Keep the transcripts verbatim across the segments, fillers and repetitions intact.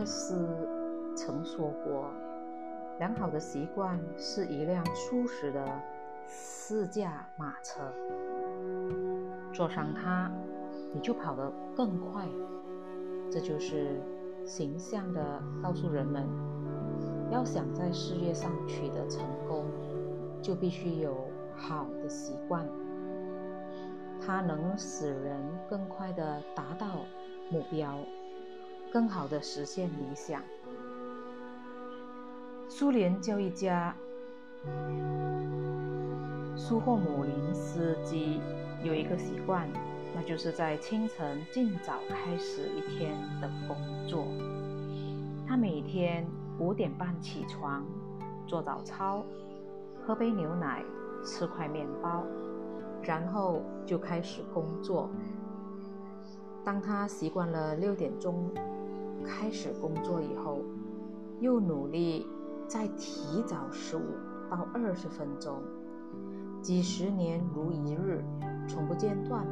克斯曾说过，良好的习惯是一辆舒适的四驾马车，坐上它，你就跑得更快。这就是形象地告诉人们，要想在事业上取得成功，就必须有好的习惯，它能使人更快地达到目标，更好地实现理想。苏联教育家苏霍姆林斯基有一个习惯，那就是在清晨尽早开始一天的工作。他每天五点半起床，做早操，喝杯牛奶，吃块面包，然后就开始工作。当他习惯了六点钟开始工作以后，又努力再提早十五到二十分钟，几十年如一日，从不间断。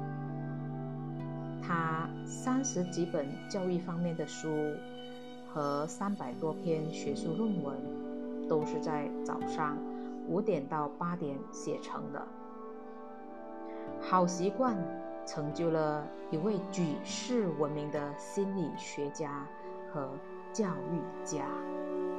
他三十几本教育方面的书和三百多篇学术论文，都是在早上五点到八点写成的。好习惯成就了一位举世闻名的心理学家和教育家。